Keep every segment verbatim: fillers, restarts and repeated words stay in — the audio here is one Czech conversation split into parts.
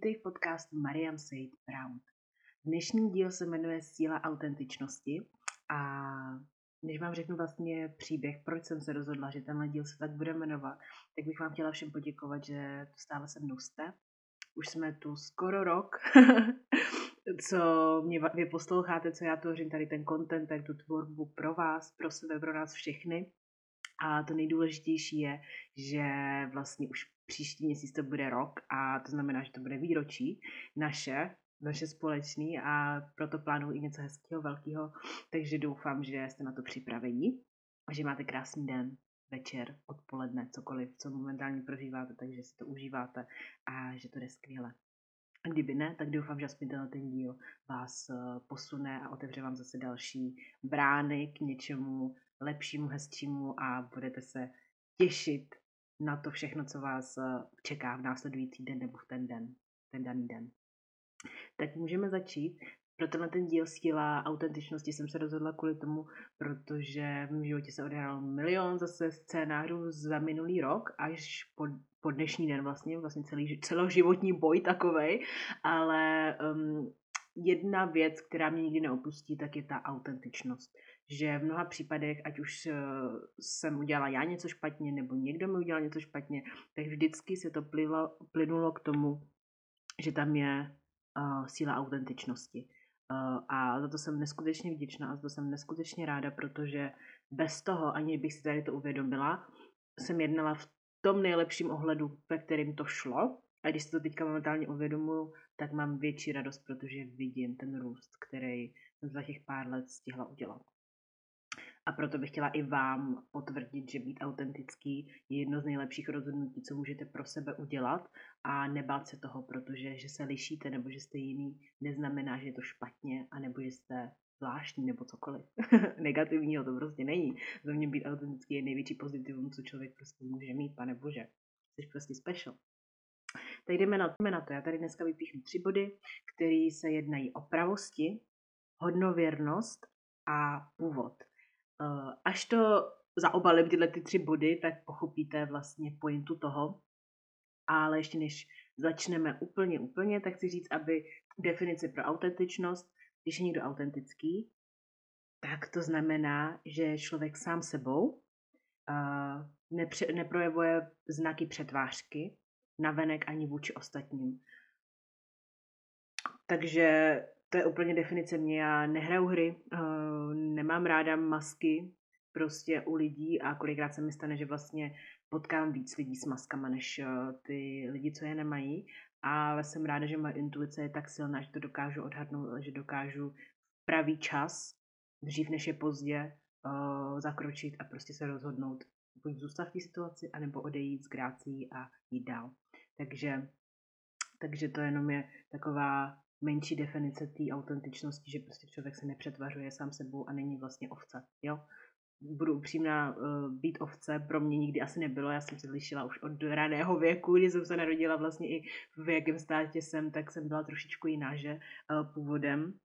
Vítej v podcastu Mariam Said Brown. Dnešní díl se jmenuje Síla autentičnosti a než vám řeknu vlastně příběh, proč jsem se rozhodla, že tenhle díl se tak bude jmenovat, tak bych vám chtěla všem poděkovat, že tu stále se mnou jste. Už jsme tu skoro rok, co mě vy posloucháte, co já tvořím tady ten content, tak tu tvorbu pro vás, pro sebe, pro nás všechny. A to nejdůležitější je, že vlastně už příští měsíc to bude rok a to znamená, že to bude výročí naše, naše společný a proto plánuji i něco hezkého, velkého, takže doufám, že jste na to připraveni a že máte krásný den, večer, odpoledne, cokoliv, co momentálně prožíváte, takže si to užíváte a že to jde skvěle. A kdyby ne, tak doufám, že aspoň tenhle ten díl vás posune a otevře vám zase další brány k něčemu lepšímu, hezčímu a budete se těšit na to všechno, co vás čeká v následující den nebo v ten den, ten daný den. Tak můžeme začít. Pro tenhle ten díl Síla autentičnosti jsem se rozhodla kvůli tomu, protože v mém životě se odehrál milion zase scénářů za minulý rok, až po, po dnešní den vlastně, vlastně celý, celoživotní boj takovej, ale um, jedna věc, která mě nikdy neopustí, tak je ta autentičnost. Že v mnoha případech, ať už uh, jsem udělala já něco špatně, nebo někdo mi udělal něco špatně, tak vždycky se to plylo, plynulo k tomu, že tam je uh, síla autentičnosti. Uh, a za to jsem neskutečně vděčná a za to jsem neskutečně ráda, protože bez toho, ani bych si tady to uvědomila, jsem jednala v tom nejlepším ohledu, ve kterým to šlo. A když si to teďka momentálně uvědomuji, tak mám větší radost, protože vidím ten růst, který jsem za těch pár let stihla udělat. A proto bych chtěla i vám potvrdit, že být autentický je jedno z nejlepších rozhodnutí, co můžete pro sebe udělat a nebát se toho, protože že se lišíte nebo že jste jiný, neznamená, že je to špatně a nebo že jste zvláštní nebo cokoliv. Negativního to prostě není. Za mě být autentický je největší pozitivum, co člověk prostě může mít, pane bože. Jsi prostě special. Tak jdeme na, jdeme na to. Já tady dneska vypíchnu tři body, které se jednají o pravosti, hodnověrnost a původ. Až to zaobalím tyhle ty tři body, tak pochopíte vlastně pointu toho. Ale ještě než začneme úplně, úplně, tak chci říct, aby definici pro autentičnost, když je někdo autentický, tak to znamená, že je člověk sám sebou, nepře- neprojevuje znaky přetvářky, navenek ani vůči ostatním. Takže to je úplně definice mě. Já nehraju hry, uh, nemám ráda masky prostě u lidí a kolikrát se mi stane, že vlastně potkám víc lidí s maskama, než uh, ty lidi, co je nemají. Ale jsem ráda, že moje intuice je tak silná, že to dokážu odhadnout, že dokážu v pravý čas, dřív než je pozdě, uh, zakročit a prostě se rozhodnout buď zůstat v té situaci, anebo odejít z grácí a jít dál. Takže, takže to jenom je taková menší definice té autentičnosti, že prostě člověk se nepřetvařuje sám sebou a není vlastně ovce, jo. Budu upřímná, být ovce pro mě nikdy asi nebylo, já jsem se lišila už od raného věku, kdy jsem se narodila vlastně i v jakém státě jsem, tak jsem byla trošičku jiná, že původem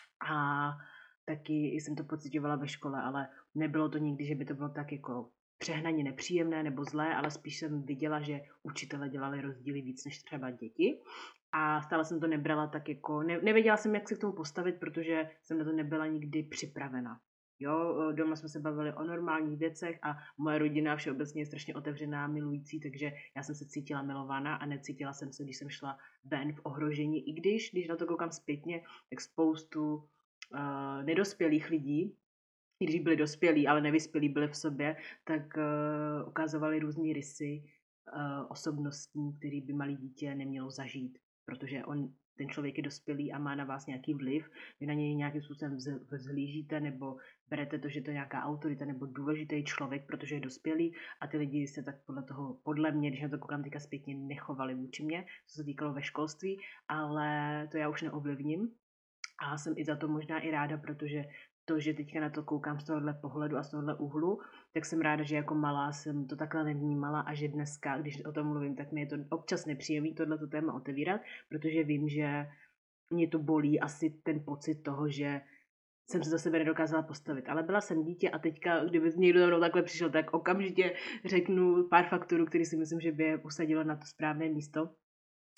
a taky jsem to pocitovala ve škole, ale nebylo to nikdy, že by to bylo tak jako přehnaně nepříjemné nebo zlé, ale spíš jsem viděla, že učitelé dělali rozdíly víc než třeba děti. A stále jsem to nebrala tak jako, ne, nevěděla jsem, jak se k tomu postavit, protože jsem na to nebyla nikdy připravena. Jo, doma jsme se bavili o normálních věcech a moje rodina všeobecně je strašně otevřená, milující, takže já jsem se cítila milovaná a necítila jsem se, když jsem šla ven v ohrožení, i když, když na to koukám zpětně, tak spoustu uh, nedospělých lidí, i když byli dospělí, ale nevyspělí byli v sobě, tak uh, ukazovali různý rysy uh, osobnostní, který by malý dítě nemělo zažít. Protože on, ten člověk je dospělý a má na vás nějaký vliv, vy na něj nějakým způsobem vzhlížíte nebo berete to, že to je nějaká autorita nebo důležitý člověk, protože je dospělý a ty lidi se tak podle toho, podle mě, když na to koukám teďka zpětně, nechovali vůči mě, co se týkalo ve školství, ale to já už neovlivním a jsem i za to možná i ráda, protože to, že teďka na to koukám z tohohle pohledu a z tohohle úhlu, tak jsem ráda, že jako malá jsem to takhle nevnímala a že dneska, když o tom mluvím, tak mi je to občas nepříjemný tohleto téma otevírat, protože vím, že mě to bolí asi ten pocit toho, že jsem se za sebe nedokázala postavit. Ale byla jsem dítě a teďka, kdyby někdo za mnou takhle přišel, tak okamžitě řeknu pár faktorů, který si myslím, že by je usadilo na to správné místo.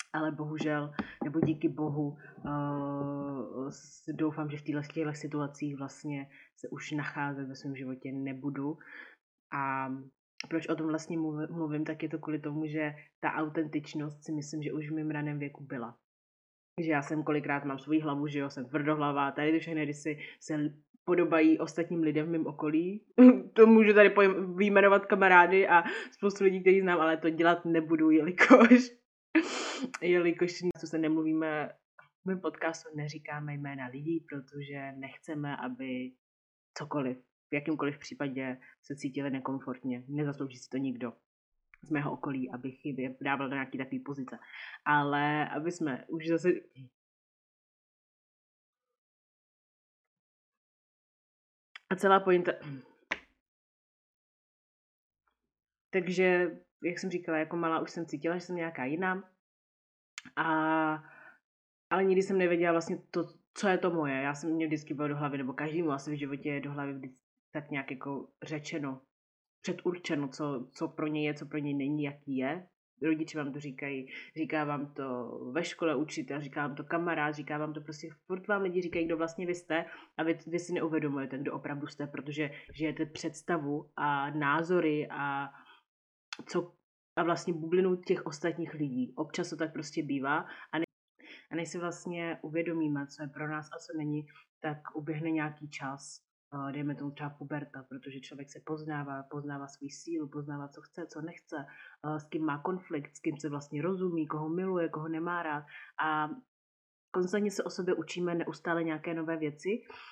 ale bohužel, nebo díky bohu, uh, doufám, že v téhle, těchto situacích vlastně se už nacházet ve svém životě nebudu. A proč o tom vlastně mluvím, tak je to kvůli tomu, že ta autentičnost si myslím, že už v mém raném věku byla. Že já jsem kolikrát mám svou hlavu, že jo, jsem tvrdohlavá, tady ty všechny rysy se podobají ostatním lidem v mém okolí. To můžu tady vyjmenovat kamarády a spoustu lidí, kteří znám, ale to dělat nebudu, jelikož jelikož se nemluvíme v mém podcastu, neříkáme jména lidí, protože nechceme, aby cokoliv, v jakýmkoliv případě se cítili nekomfortně. Nezaslouží si to nikdo z mého okolí, abych je dával do nějaký takový pozice. Ale aby jsme už zase... A celá pointa... Takže, jak jsem říkala, jako malá už jsem cítila, že jsem nějaká jiná. A... Ale nikdy jsem nevěděla vlastně to, co je to moje. Já jsem mě vždycky bylo do hlavy, nebo každému asi v životě je do hlavy vždycky tak nějak jako řečeno, předurčeno, co, co pro něj je, co pro něj není, jaký je. Rodiče vám to říkají, říká vám to ve škole učitel, říká vám to kamarád, říká vám to prostě, furt vám lidi říkají, kdo vlastně vy jste a vy, vy si neuvědomujete, kdo opravdu jste, protože žijete představu a názory a co a vlastně bublinu těch ostatních lidí. Občas to tak prostě bývá a, ne, a než si vlastně uvědomíme, co je pro nás a co není, tak uběhne nějaký čas, dejme tomu třeba puberta, protože člověk se poznává, poznává svou sílu, poznává, co chce, co nechce, s kým má konflikt, s kým se vlastně rozumí, koho miluje, koho nemá rád a konstantně se o sobě učíme neustále nějaké nové věci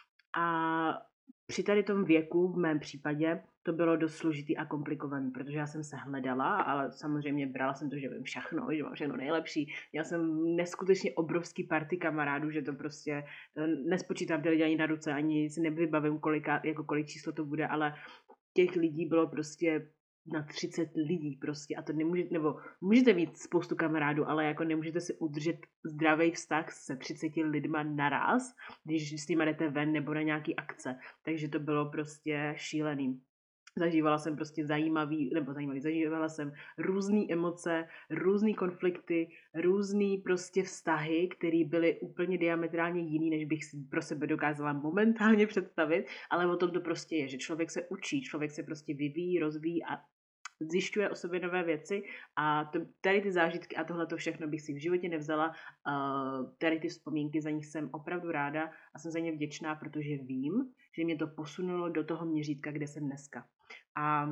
a při tady tom věku, v mém případě, to bylo dost složitý a komplikovaný, protože já jsem se hledala, ale samozřejmě brala jsem to, že vím všechno, že mám všechno nejlepší. Měla jsem neskutečně obrovský party kamarádů, že to prostě nespočítám ty lidi ani na ruce, ani si nevybavím, kolika, jako kolik číslo to bude, ale těch lidí bylo prostě na třicet lidí prostě a to nemůžete, nebo můžete mít spoustu kamarádů, ale jako nemůžete si udržet zdravý vztah se třiceti lidma naraz, když s nimi jdete ven nebo na nějaký akce. Takže to bylo prostě šílený. Zažívala jsem prostě zajímavý, nebo zajímavý, zažívala jsem různé emoce, různé konflikty, různé prostě vztahy, které byly úplně diametrálně jiný, než bych si pro sebe dokázala momentálně představit, ale o tom to prostě je, že člověk se učí, člověk se prostě vyvíjí, rozvíjí a zjišťuje o sobě nové věci a to, tady ty zážitky a tohle to všechno bych si v životě nevzala. Uh, tady ty vzpomínky, za nich jsem opravdu ráda a jsem za ně vděčná, protože vím, že mě to posunulo do toho měřítka, kde jsem dneska. A,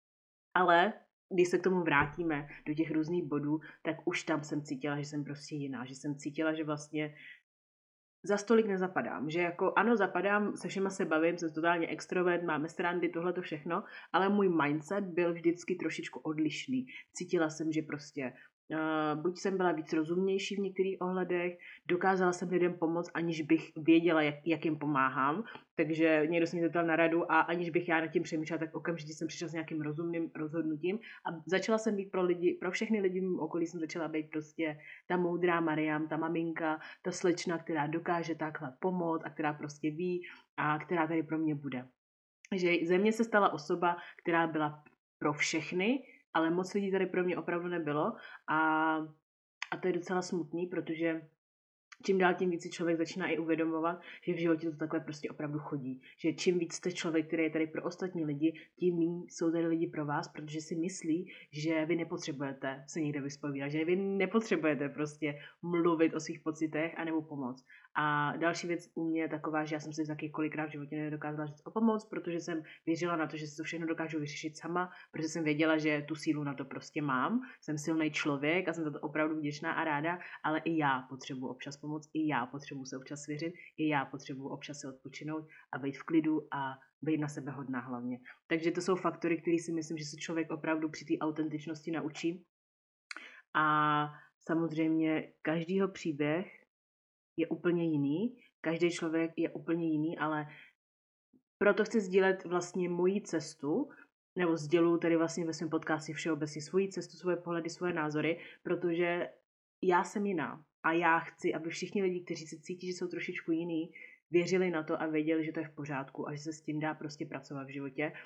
ale když se k tomu vrátíme do těch různých bodů, tak už tam jsem cítila, že jsem prostě jiná, že jsem cítila, že vlastně za stolik nezapadám, že jako ano, zapadám, se všema se bavím, jsem totálně extrovert, máme srandy, tohle to všechno, ale můj mindset byl vždycky trošičku odlišný. Cítila jsem, že prostě Uh, buď jsem byla víc rozumnější v některých ohledech, dokázala jsem lidem pomoct, aniž bych věděla, jak, jak jim pomáhám, takže někdo se mě zeptal na radu a aniž bych já nad tím přemýšlela, tak okamžitě jsem přišla s nějakým rozumným rozhodnutím a začala jsem být pro lidi, pro všechny lidi v mém okolí jsem začala být prostě ta moudrá Mariam, ta maminka, ta slečna, která dokáže takhle pomoct a která prostě ví a která tady pro mě bude. Že ze mě se stala osoba, která byla pro všechny, ale moc lidí tady pro mě opravdu nebylo a, a to je docela smutný, protože čím dál tím víc si člověk začíná i uvědomovat, že v životě to takhle prostě opravdu chodí. Že čím víc jste člověk, který je tady pro ostatní lidi, tím méně jsou tady lidi pro vás, protože si myslí, že vy nepotřebujete se někde vyspovídat, že vy nepotřebujete prostě mluvit o svých pocitech anebo pomoct. A další věc u mě je taková, že já jsem si taky kolikrát v životě nedokázala říct o pomoc, protože jsem věřila na to, že si to všechno dokážu vyřešit sama, protože jsem věděla, že tu sílu na to prostě mám. Jsem silný člověk a jsem za to opravdu vděčná a ráda, ale i já potřebuji občas pomoct, i já potřebuji se občas svěřit, i já potřebuji občas se odpočinout a být v klidu a být na sebe hodná hlavně. Takže to jsou faktory, které si myslím, že se člověk opravdu při té autentičnosti naučí. A samozřejmě každýho příběh je úplně jiný, každý člověk je úplně jiný, ale proto chci sdílet vlastně moji cestu, nebo sděluji tady vlastně ve svém podcastu všeobecně svoji cestu, svoje pohledy, svoje názory, protože já jsem jiná a já chci, aby všichni lidi, kteří se cítí, že jsou trošičku jiný, věřili na to a věděli, že to je v pořádku a že se s tím dá prostě pracovat v životě.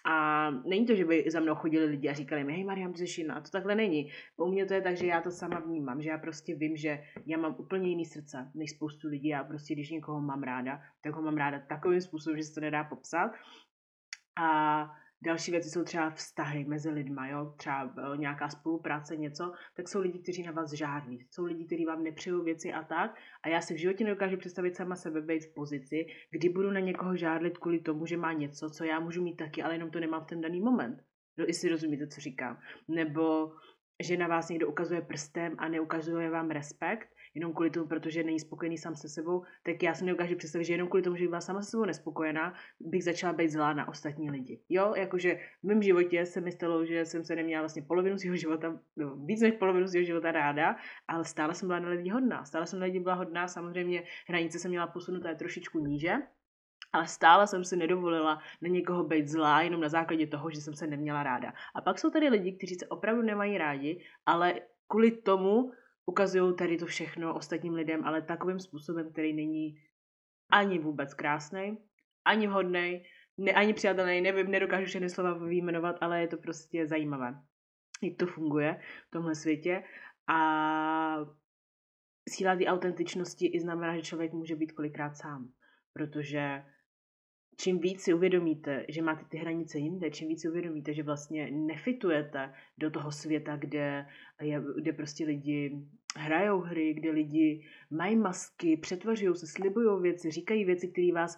A není to, že by za mnou chodili lidi a říkali mi, hej Mariam, ty jsi jiná, to takhle není. U mě to je tak, že já to sama vnímám, že já prostě vím, že já mám úplně jiný srdce než spoustu lidí. Já prostě, když někoho mám ráda, tak ho mám ráda takovým způsobem, že se to nedá popsat. A další věci jsou třeba vztahy mezi lidma, jo? Třeba e, nějaká spolupráce, něco, tak jsou lidi, kteří na vás žádlí. Jsou lidi, kteří vám nepřejou věci a tak. A já si v životě nedokážu představit sama sebe být v pozici, kdy budu na někoho žádlit kvůli tomu, že má něco, co já můžu mít taky, ale jenom to nemám v ten daný moment. No, jestli rozumíte, co říkám. Nebo že na vás někdo ukazuje prstem a neukazuje vám respekt, jenom kvůli tomu, protože není spokojený sám se sebou, tak já si nedokážu představit, že jenom kvůli tomu, že byla sama se sebou nespokojená, bych začala být zlá na ostatní lidi. Jo, jakože v mém životě se mi stalo, že jsem se neměla vlastně polovinu svého života, no, víc než polovinu svého života ráda, ale stále jsem byla na lidi hodná. Stále jsem na lidi byla hodná, samozřejmě hranice jsem měla posunuté trošičku níže, ale stále jsem si nedovolila na někoho být zlá jenom na základě toho, že jsem se neměla ráda. A pak jsou tady lidi, kteří se opravdu nemají rádi, ale kvůli tomu ukazují tady to všechno ostatním lidem, ale takovým způsobem, který není ani vůbec krásný, ani vhodný, ne, ani přijatelný, nevím, nedokážu všechny slova vyjmenovat, ale je to prostě zajímavé, jak to funguje v tomhle světě. A síla té autentičnosti i znamená, že člověk může být kolikrát sám, protože čím víc si uvědomíte, že máte ty hranice jinde, čím víc si uvědomíte, že vlastně nefitujete do toho světa, kde, je, kde prostě lidi hrajou hry, kde lidi mají masky, přetvařují se, slibují věci, říkají věci, které vás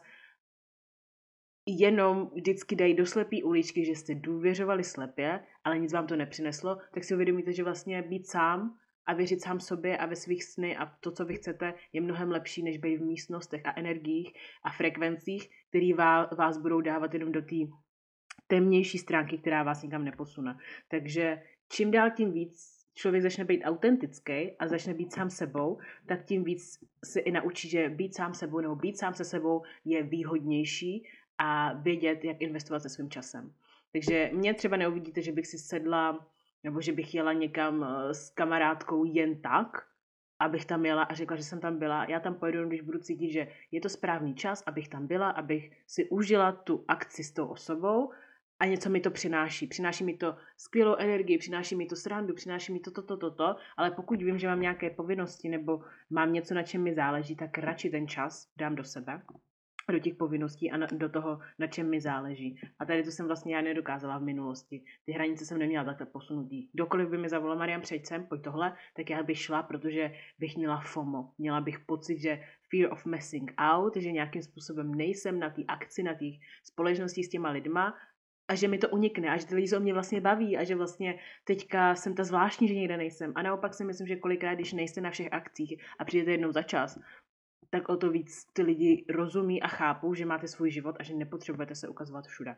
jenom vždycky dají do slepý uličky, že jste důvěřovali slepě, ale nic vám to nepřineslo, tak si uvědomíte, že vlastně být sám a věřit sám sobě a ve svých sny a to, co vy chcete, je mnohem lepší, než být v místnostech a energiích a frekvencích, které vás budou dávat jenom do té temnější stránky, která vás nikam neposune. Takže čím dál tím víc člověk začne být autentický a začne být sám sebou, tak tím víc se i naučí, že být sám sebou nebo být sám se sebou je výhodnější a vědět, jak investovat se svým časem. Takže mě třeba neuvidíte, že bych si sedla nebo že bych jela někam s kamarádkou jen tak, abych tam jela a řekla, že jsem tam byla. Já tam pojedu, když budu cítit, že je to správný čas, abych tam byla, abych si užila tu akci s tou osobou a něco mi to přináší. Přináší mi to skvělou energii, přináší mi to srandu, přináší mi to, to, to, to, to, ale pokud vím, že mám nějaké povinnosti nebo mám něco, na čem mi záleží, tak radši ten čas dám do sebe, do těch povinností a na, do toho, na čem mi záleží. A tady to jsem vlastně já nedokázala v minulosti. Ty hranice jsem neměla takhle posunutý. Kdokoliv by mi zavolal, Mariam, přejď sem, pojď tohle, tak já bych šla, protože bych měla FOMO. Měla bych pocit, že fear of missing out, že nějakým způsobem nejsem na té akci, na těch společností s těma lidma a že mi to unikne a že ty lidi se o mě vlastně baví a že vlastně teďka jsem ta zvláštní, že někde nejsem. A naopak si myslím, že kolikrát, když nejste na všech akcích a přijdete jednou za čas, tak o to víc ty lidi rozumí a chápou, že máte svůj život a že nepotřebujete se ukazovat všude.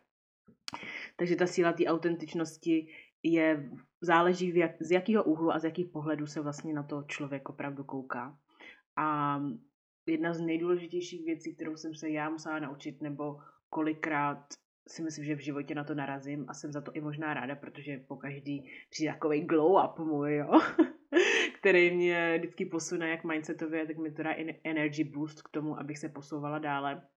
Takže ta síla té autentičnosti je, záleží v jak, z jakého úhlu a z jakých pohledů se vlastně na to člověk opravdu kouká. A jedna z nejdůležitějších věcí, kterou jsem se já musela naučit, nebo kolikrát si myslím, že v životě na to narazím a jsem za to i možná ráda, protože po každý přijde takovej glow up můj, jo, který mě vždycky posune jak mindsetově, tak mi to dá energy boost k tomu, abych se posouvala dále.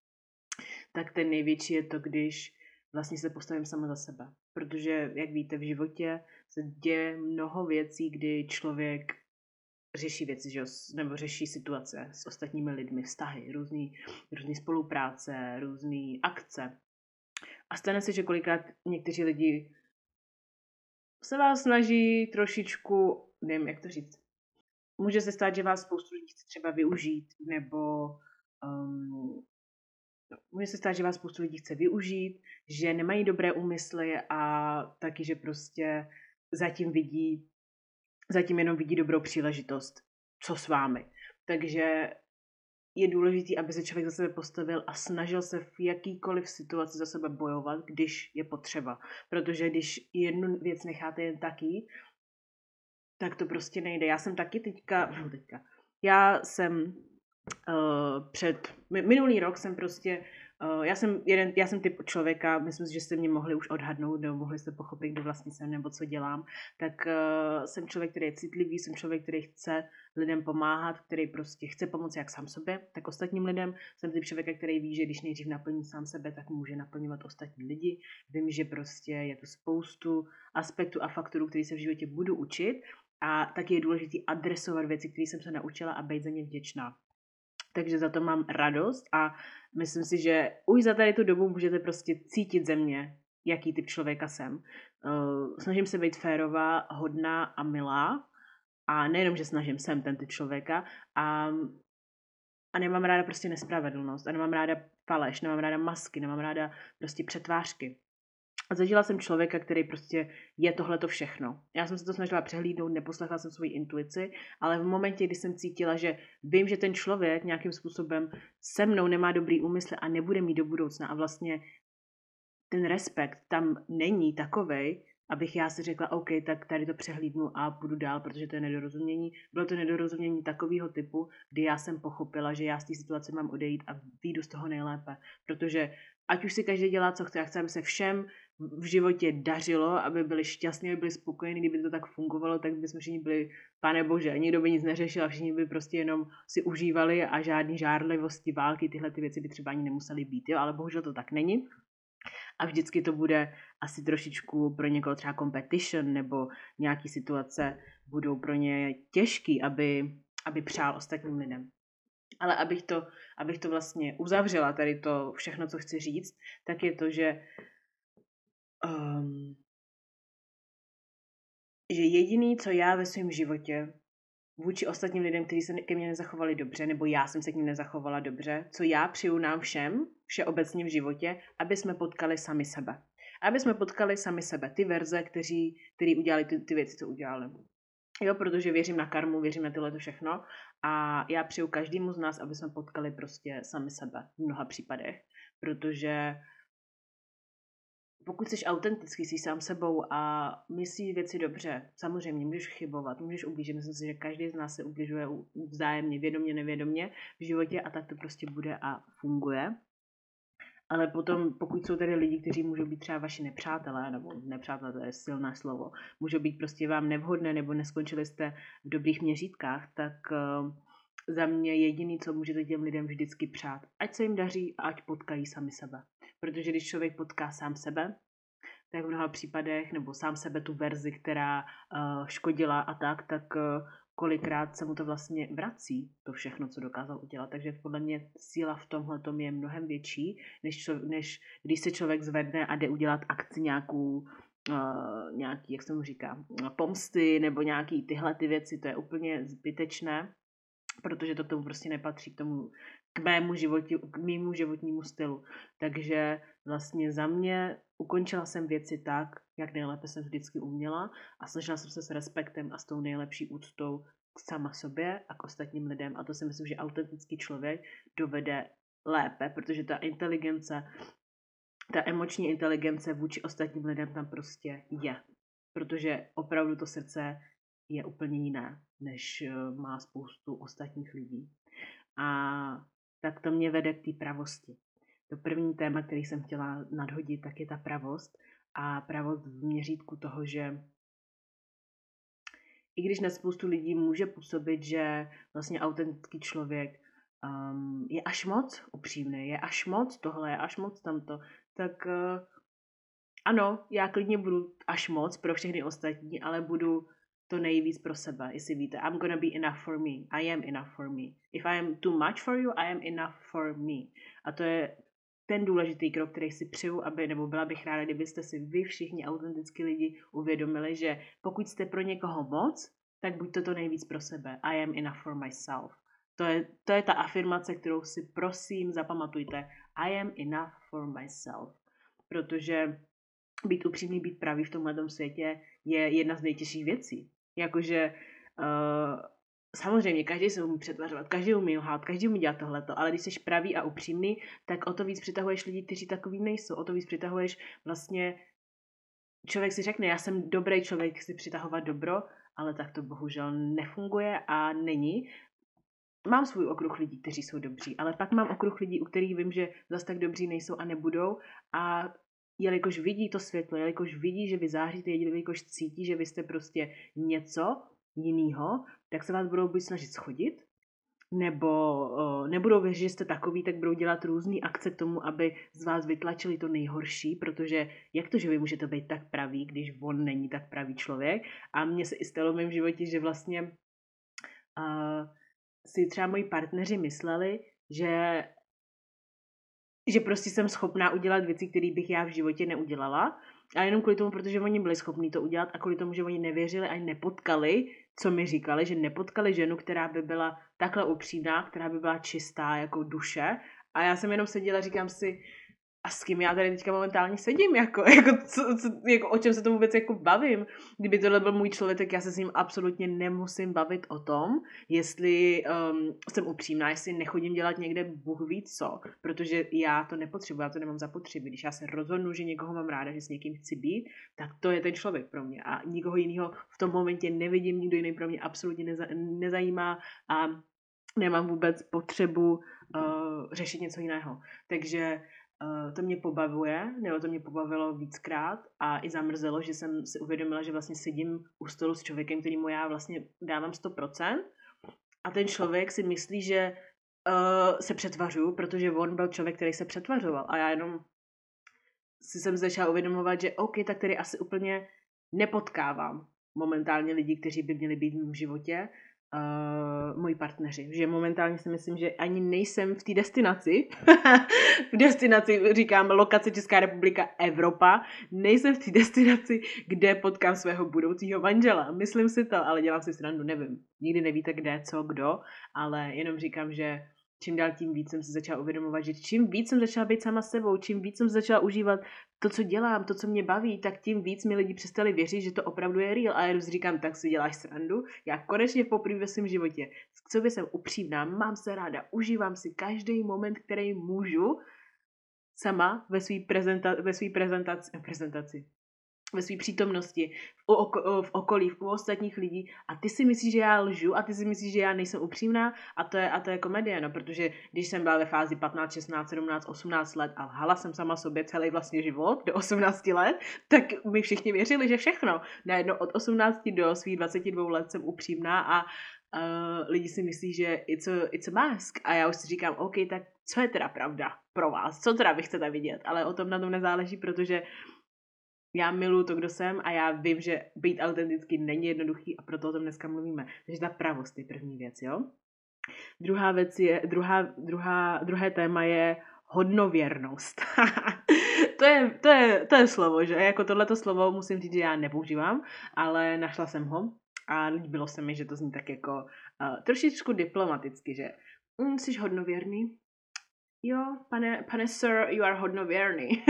Tak ten největší je to, když vlastně se postavím sama za sebe. Protože, jak víte, v životě se děje mnoho věcí, kdy člověk řeší věci, že? Nebo řeší situace s ostatními lidmi, vztahy, různý, různý spolupráce, různý akce. A stane se, že kolikrát někteří lidi se vás snaží trošičku, nevím, jak to říct. Může se stát, že vás spoustu lidí chce třeba využít, nebo um, může se stát, že vás spoustu lidí chce využít, že nemají dobré úmysly a taky, že prostě zatím vidí, zatím jenom vidí dobrou příležitost, co s vámi. Takže je důležité, aby se člověk za sebe postavil a snažil se v jakýkoliv situaci za sebe bojovat, když je potřeba. Protože když jednu věc necháte jen tak jít, tak to prostě nejde. Já jsem taky teďka, no teďka, já jsem uh, před, minulý rok jsem prostě Uh, já jsem jeden, já jsem typ člověka, myslím si, že jste mě mohli už odhadnout, nebo mohli jste pochopit, kdo vlastně jsem, nebo co dělám, tak uh, jsem člověk, který je citlivý, jsem člověk, který chce lidem pomáhat, který prostě chce pomoci jak sám sobě, tak ostatním lidem. Jsem typ člověka, který ví, že když nejdřív naplní sám sebe, tak může naplňovat ostatní lidi. Vím, že prostě je tu spoustu aspektů a faktorů, který se v životě budu učit, a taky je důležité adresovat věci, které jsem se naučila a být za ně vděčná. Takže za to mám radost a myslím si, že už za tady tu dobu můžete prostě cítit ze mě, jaký typ člověka jsem. Uh, snažím se být férová, hodná a milá a nejenom, že snažím, jsem ten typ člověka a, a nemám ráda prostě nespravedlnost a nemám ráda faleš, nemám ráda masky, nemám ráda prostě přetvářky. A zažila jsem člověka, který prostě je tohleto všechno. Já jsem se to snažila přehlídnout, neposlechla jsem svoji intuici, ale v momentě, kdy jsem cítila, že vím, že ten člověk nějakým způsobem se mnou nemá dobrý úmysl a nebude mít do budoucna a vlastně ten respekt tam není takovej, abych já si řekla, OK, tak tady to přehlídnu a půjdu dál, protože to je nedorozumění. Bylo to nedorozumění takového typu, kdy já jsem pochopila, že já z té situace mám odejít a vyjdu z toho nejlépe. Protože ať už si každý dělá, co chce, já chci, aby se všem v životě dařilo, aby byli šťastní, aby byli spokojení. Kdyby to tak fungovalo, tak bychom všichni byli, pane bože, nikdo by nic neřešil a všichni by prostě jenom si užívali a žádný žárlivosti, války, tyhle ty věci by třeba ani nemusely být, jo? Ale bohužel to tak není. A vždycky to bude asi trošičku pro někoho třeba competition, nebo nějaký situace budou pro ně těžký, aby, aby přál ostatním lidem. Ale abych to, abych to vlastně uzavřela, tady to všechno, co chci říct, tak je to, že um, že jediný, co já ve svém životě vůči ostatním lidem, kteří se ke mně nezachovali dobře, nebo já jsem se k ním nezachovala dobře, co já přiju nám všem, všeobecně v životě, aby jsme potkali sami sebe. Aby jsme potkali sami sebe, ty verze, kteří, který udělali ty, ty věci, co udělali. Jo, protože věřím na karmu, věřím na tyhle to všechno a já přeju každému z nás, aby jsme potkali prostě sami sebe v mnoha případech, protože pokud jsi autentický, jsi sám sebou a myslíš věci dobře, samozřejmě můžeš chybovat, můžeš ublížit. Myslím si, že každý z nás se ubližuje vzájemně, vědomě, nevědomě v životě a tak to prostě bude a funguje. Ale potom, pokud jsou tady lidi, kteří můžou být třeba vaši nepřátelé, nebo nepřátelé, to je silné slovo, můžou být prostě vám nevhodné, nebo neskončili jste v dobrých měřítkách, tak uh, za mě jediný, co můžete těm lidem vždycky přát, ať se jim daří a ať potkají sami sebe. Protože když člověk potká sám sebe, tak v mnoha případech, nebo sám sebe tu verzi, která uh, škodila a tak, tak uh, kolikrát se mu to vlastně vrací, to všechno, co dokázal udělat. Takže podle mě síla v tomhletom je mnohem větší, než, čo, než když se člověk zvedne a jde udělat akci nějakou, uh, nějaký, jak se mu říká, pomsty, nebo nějaký tyhle ty věci, to je úplně zbytečné, protože to k tomu prostě nepatří, k tomu, k mému životě, k mému životnímu stylu. Takže vlastně za mě ukončila jsem věci tak, jak nejlépe jsem vždycky uměla a snažila jsem se s respektem a s tou nejlepší úctou k sama sobě a k ostatním lidem. A to si myslím, že autentický člověk dovede lépe, protože ta inteligence, ta emoční inteligence vůči ostatním lidem tam prostě je. Protože opravdu to srdce je úplně jiné, než má spoustu ostatních lidí. A tak to mě vede k té pravosti. To první téma, který jsem chtěla nadhodit, tak je ta pravost. A pravost v měřítku toho, že i když na spoustu lidí může působit, že vlastně autentický člověk um, je až moc upřímný, je až moc tohle, je až moc tamto, tak uh, ano, já klidně budu až moc pro všechny ostatní, ale budu to nejvíc pro sebe, jestli víte. I'm gonna be enough for me. I am enough for me. If I am too much for you, I am enough for me. A to je ten důležitý krok, který si přeju, aby, nebo byla bych ráda, kdybyste si vy všichni autentický lidi uvědomili, že pokud jste pro někoho moc, tak buďte to nejvíc pro sebe. I am enough for myself. To je, to je ta afirmace, kterou si prosím zapamatujte. I am enough for myself. Protože být upřímný, být pravý v tomhletom světě je jedna z nejtěžších věcí. Jakože uh, samozřejmě každý se umí přetvařovat, každý umí lhát, každý umí dělat tohleto, ale když jsi pravý a upřímný, tak o to víc přitahuješ lidi, kteří takový nejsou. O to víc přitahuješ vlastně, člověk si řekne, já jsem dobrý člověk, chci přitahovat dobro, ale tak to bohužel nefunguje a není. mám svůj okruh lidí, kteří jsou dobří, ale pak mám okruh lidí, u kterých vím, že zase tak dobří nejsou a nebudou a jelikož vidí to světlo, jelikož vidí, že vy záříte, jelikož cítí, že vy jste prostě něco jinýho, tak se vás budou buď snažit schodit, nebo uh, nebudou věřit, že jste takový, tak budou dělat různý akce k tomu, aby z vás vytlačili to nejhorší, protože jak to, že vy můžete být tak pravý, když on není tak pravý člověk. A mně se i stalo v mém životě, že vlastně uh, si třeba moji partneři mysleli, že že prostě jsem schopná udělat věci, které bych já v životě neudělala. A jenom kvůli tomu, protože oni byli schopní to udělat a kvůli tomu, že oni nevěřili ani nepotkali, co mi říkali, že nepotkali ženu, která by byla takhle upřímná, která by byla čistá jako duše. A já jsem jenom seděla, říkám si, a s kým já tady teďka momentálně sedím, jako, jako, co, co, jako o čem se to vůbec jako bavím. Kdyby tohle byl můj člověk, tak já se s ním absolutně nemusím bavit o tom, jestli um, jsem upřímná, jestli nechodím dělat někde bůh ví co, protože já to nepotřebuji, já to nemám zapotřebí. Když já se rozhodnu, že někoho mám ráda, že s někým chci být, tak to je ten člověk pro mě a nikoho jiného v tom momentě nevidím, nikdo jiný pro mě absolutně neza, nezajímá a nemám vůbec potřebu uh, řešit něco jiného. Takže Uh, to mě pobavuje, nebo to mě pobavilo víckrát a i zamrzelo, že jsem si uvědomila, že vlastně sedím u stolu s člověkem, kterýmu já vlastně dávám sto procent a ten člověk si myslí, že uh, se přetvařuju, protože on byl člověk, který se přetvařoval a já jenom si jsem začala uvědomovat, že OK, tak tady asi úplně nepotkávám momentálně lidi, kteří by měli být v mém životě, Uh, moji partneři, že momentálně si myslím, že ani nejsem v té destinaci, v destinaci říkám lokace Česká republika, Evropa, nejsem v té destinaci, kde potkám svého budoucího manžela. Myslím si to, ale dělám si srandu, nevím. Nikdy nevíte kde, co, kdo, ale jenom říkám, že čím dál tím víc jsem si začala uvědomovat, že čím víc jsem začala být sama sebou, čím víc jsem začala užívat to, co dělám, to, co mě baví, tak tím víc mi lidi přestali věřit, že to opravdu je real. A já si říkám, tak si děláš srandu. Já konečně poprvé ve svém životě k sobě jsem upřímná, mám se ráda, užívám si každý moment, který můžu sama ve své prezenta- ve svý prezentaci, prezentaci. ve své přítomnosti, v, oko, v okolí, u ostatních lidí a ty si myslíš, že já lžu a ty si myslíš, že já nejsem upřímná a to je, a to je komedie, no, protože když jsem byla ve fázi patnáct, šestnáct, sedmnáct, osmnáct let a lhala jsem sama sobě celý vlastně život do osmnácti let, tak mi všichni věřili, že všechno. Najednou od osmnácti do svých dvaceti dvou let jsem upřímná a uh, lidi si myslí, že it's a, it's a mask a já už si říkám, OK, tak co je teda pravda pro vás? Co teda vy chcete vidět? Ale o tom na tom nezáleží, protože já miluji to, kdo jsem a já vím, že být autentický není jednoduchý a proto o tom dneska mluvíme. Takže ta pravost je první věc, jo? Druhá věc je, druhá, druhá, druhé téma je hodnověrnost. to, je, to, je, to je slovo, že? Jako tohleto slovo musím říct, že já nepoužívám, ale našla jsem ho a líbilo se mi, že to zní tak jako uh, trošičku diplomaticky, že mm, jsi hodnověrný? Jo, pane, pane sir, you are hodnověrný.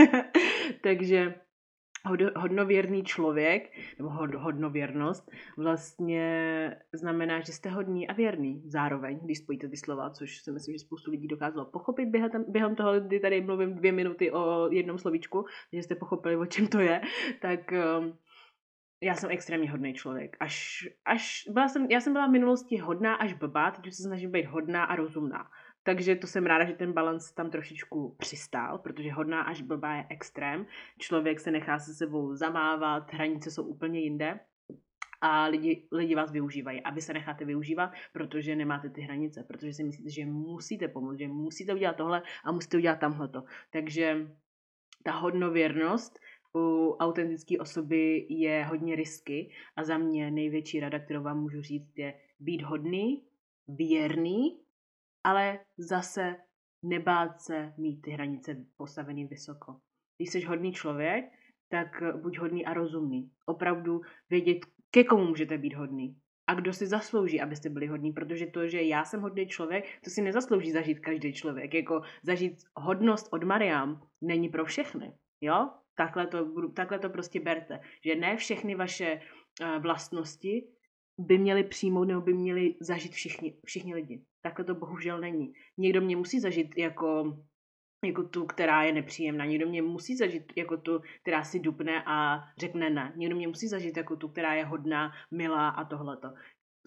Takže hodnověrný člověk, nebo hodnověrnost, vlastně znamená, že jste hodný a věrný zároveň, když spojíte ty slova, což si myslím, že spoustu lidí dokázalo pochopit během, během toho, kdy tady mluvím dvě minuty o jednom slovíčku, že jste pochopili, o čem to je, tak um, já jsem extrémně hodný člověk. Až, až byla jsem, já jsem byla v minulosti hodná až blbá, teď se snažím být hodná a rozumná. Takže to jsem ráda, že ten balans tam trošičku přistál, protože hodná až blbá je extrém. Člověk se nechá se sebou zamávat, hranice jsou úplně jinde a lidi, lidi vás využívají. A vy se necháte využívat, protože nemáte ty hranice, protože si myslíte, že musíte pomoct, že musíte udělat tohle a musíte udělat tamhleto. Takže ta hodnověrnost u autentické osoby je hodně risky a za mě největší rada, kterou vám můžu říct, je být hodný, věrný, ale zase nebát se mít ty hranice postavený vysoko. Když jsi hodný člověk, tak buď hodný a rozumný. Opravdu vědět, ke komu můžete být hodný. A kdo si zaslouží, abyste byli hodní, protože to, že já jsem hodný člověk, to si nezaslouží zažít každý člověk. Jako zažít hodnost od Mariam není pro všechny. Jo? Takhle to, takhle to prostě berte. Že ne všechny vaše uh, vlastnosti by měli přijmout nebo by měli zažít všichni, všichni lidi. Takhle to bohužel není. Někdo mě musí zažít jako, jako tu, která je nepříjemná. Někdo mě musí zažít jako tu, která si dupne a řekne ne. Někdo mě musí zažít jako tu, která je hodná, milá a tohleto.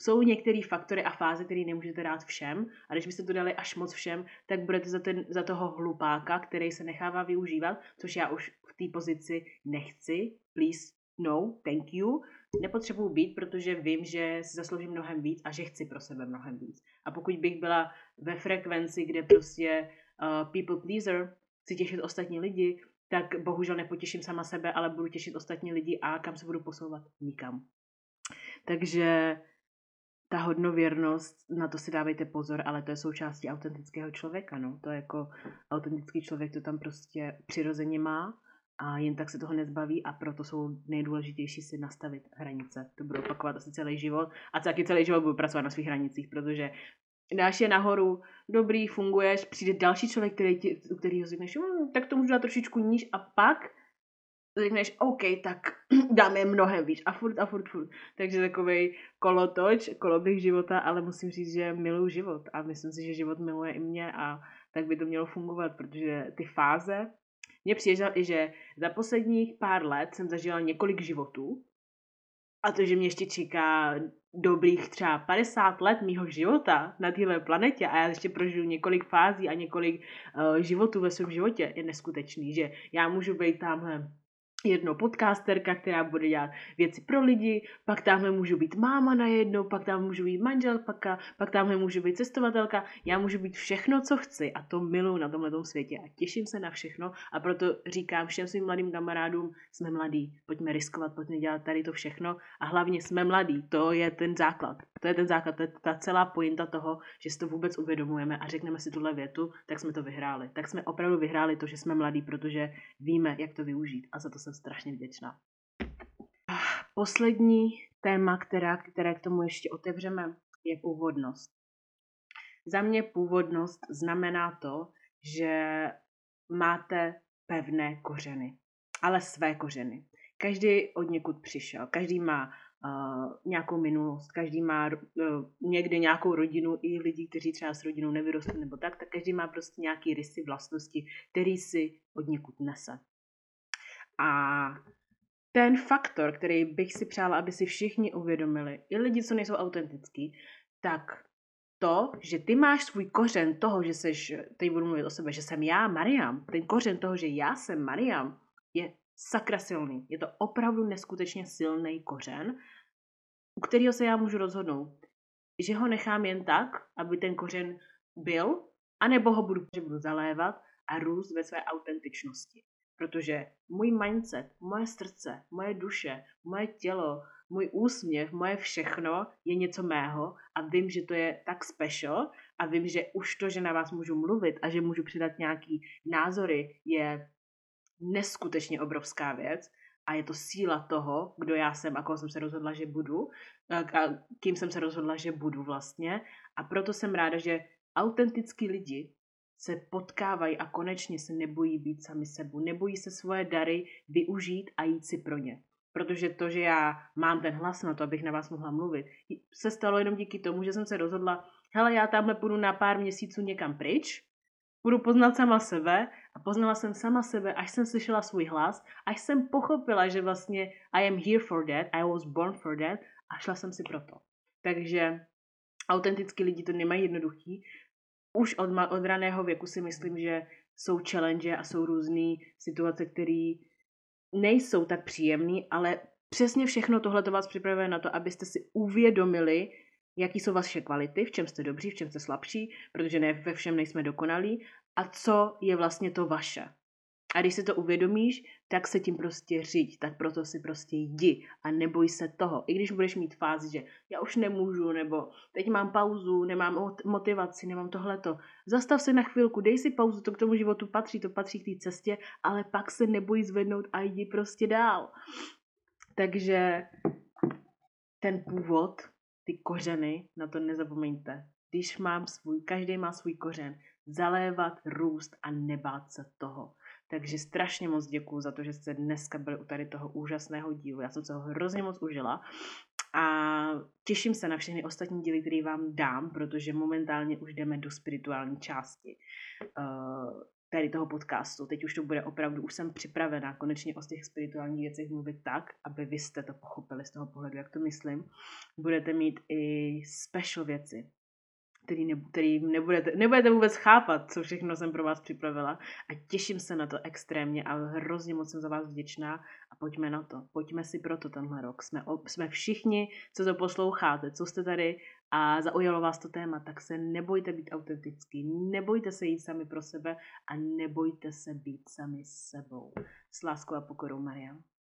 jsou některé faktory a fáze, které nemůžete dát všem, a když byste to dali až moc všem, tak budete za, ten, za toho hlupáka, který se nechává využívat, což já už v té pozici nechci. Please, no, thank you. Nepotřebuji být, protože vím, že si zasloužím mnohem víc a že chci pro sebe mnohem víc. A pokud bych byla ve frekvenci, kde prostě uh, people pleaser, chci těšit ostatní lidi, tak bohužel nepotěším sama sebe, ale budu těšit ostatní lidi a kam se budu posouvat? Nikam. Takže ta hodnověrnost, na to si dávejte pozor, ale to je součástí autentického člověka, no. To je jako autentický člověk, to tam prostě přirozeně má a jen tak se toho nezbaví a proto jsou nejdůležitější si nastavit hranice. To budu opakovat asi celý život a taky celý život budu pracovat na svých hranicích, protože dáš je nahoru, dobrý, funguješ, přijde další člověk, který ti, u kterého řekneš, hm, tak to můžu dát trošičku níž a pak řekneš, OK, tak dáme mnohem víc a furt a furt furt. Takže takovej kolotoč, koloběh života, ale musím říct, že miluju život a myslím si, že život miluje i mě a tak by to mělo fungovat, protože ty fáze, mně přijde, že za posledních pár let jsem zažila několik životů a to, že mě ještě čeká dobrých třeba padesát let mýho života na téhle planetě a já ještě prožiju několik fází a několik uh, životů ve svém životě, je neskutečný, že já můžu být tamhle jedno podcasterka, která bude dělat věci pro lidi, pak tamhle můžu být máma najednou, pak tam můžu být manželka, pak tamhle můžu být cestovatelka, já můžu být všechno, co chci a to miluji na tomhletom světě a těším se na všechno a proto říkám všem svým mladým kamarádům, jsme mladí, pojďme riskovat, pojďme dělat tady to všechno a hlavně jsme mladí, to je ten základ, to je ten základ, to je ta celá pointa toho, že si to vůbec uvědomujeme a řekneme si tuhle větu, tak jsme to vyhráli, tak jsme opravdu vyhráli to, že jsme mladí, protože víme, jak to využít a za to jsem strašně vděčná. Poslední téma, která, které k tomu ještě otevřeme, je původnost. Za mě původnost znamená to, že máte pevné kořeny, ale své kořeny. Každý od někud přišel, každý má uh, nějakou minulost, každý má uh, někde nějakou rodinu, i lidi, kteří třeba s rodinou nevyrostli nebo tak, tak každý má prostě nějaký rysy, vlastnosti, který si od někud nese. A ten faktor, který bych si přála, aby si všichni uvědomili, i lidi, co nejsou autentický, tak to, že ty máš svůj kořen toho, že seš, teď budu mluvit o sebe, že jsem já, Mariam, ten kořen toho, že já jsem Mariam, je sakra silný. Je to opravdu neskutečně silný kořen, u kterého se já můžu rozhodnout, že ho nechám jen tak, aby ten kořen byl, anebo ho budu, že budu zalévat a růst ve své autentičnosti. Protože můj mindset, moje srdce, moje duše, moje tělo, můj úsměv, moje všechno je něco mého a vím, že to je tak special a vím, že už to, že na vás můžu mluvit a že můžu přidat nějaký názory, je neskutečně obrovská věc a je to síla toho, kdo já jsem a koho jsem se rozhodla, že budu a kým jsem se rozhodla, že budu vlastně a proto jsem ráda, že autentický lidi se potkávají a konečně se nebojí být sami sebou, nebojí se svoje dary využít a jít si pro ně. Protože to, že já mám ten hlas na to, abych na vás mohla mluvit, se stalo jenom díky tomu, že jsem se rozhodla, hele, já tamhle půjdu na pár měsíců někam pryč, budu poznat sama sebe a poznala jsem sama sebe, až jsem slyšela svůj hlas, až jsem pochopila, že vlastně I am here for that, I was born for that a šla jsem si proto. Takže autentický lidi to nemají jednoduchý. Už od, od raného věku si myslím, že jsou challenge a jsou různé situace, které nejsou tak příjemné, ale přesně všechno tohle to vás připravuje na to, abyste si uvědomili, jaký jsou vaše kvality, v čem jste dobří, v čem jste slabší, protože ne ve všem nejsme dokonalí a co je vlastně to vaše. A když si to uvědomíš, tak se tím prostě říď, tak proto si prostě jdi a neboj se toho. I když budeš mít fázi, že já už nemůžu, nebo teď mám pauzu, nemám motivaci, nemám tohleto. Zastav se na chvilku, dej si pauzu, to k tomu životu patří, to patří k té cestě, ale pak se neboj zvednout a jdi prostě dál. Takže ten původ, ty kořeny, na to nezapomeňte. Když mám svůj, každý má svůj kořen, zalévat, růst a nebát se toho. Takže strašně moc děkuju za to, že jste dneska byli u tady toho úžasného dílu. Já jsem se ho hrozně moc užila a těším se na všechny ostatní díly, které vám dám, protože momentálně už jdeme do spirituální části. Uh, tady toho podcastu. Teď už to bude opravdu, už jsem připravená konečně o těch spirituálních věcech mluvit tak, aby vy jste to pochopili z toho pohledu, jak to myslím. Budete mít i special věci, který, ne, který nebudete, nebudete vůbec chápat, co všechno jsem pro vás připravila a těším se na to extrémně a hrozně moc jsem za vás vděčná a pojďme na to. Pojďme si proto tenhle rok. Jsme, jsme všichni, co to posloucháte, co jste tady a zaujalo vás to téma, tak se nebojte být autentický, nebojte se jít sami pro sebe a nebojte se být sami s sebou. S láskou a pokorou, Mariam.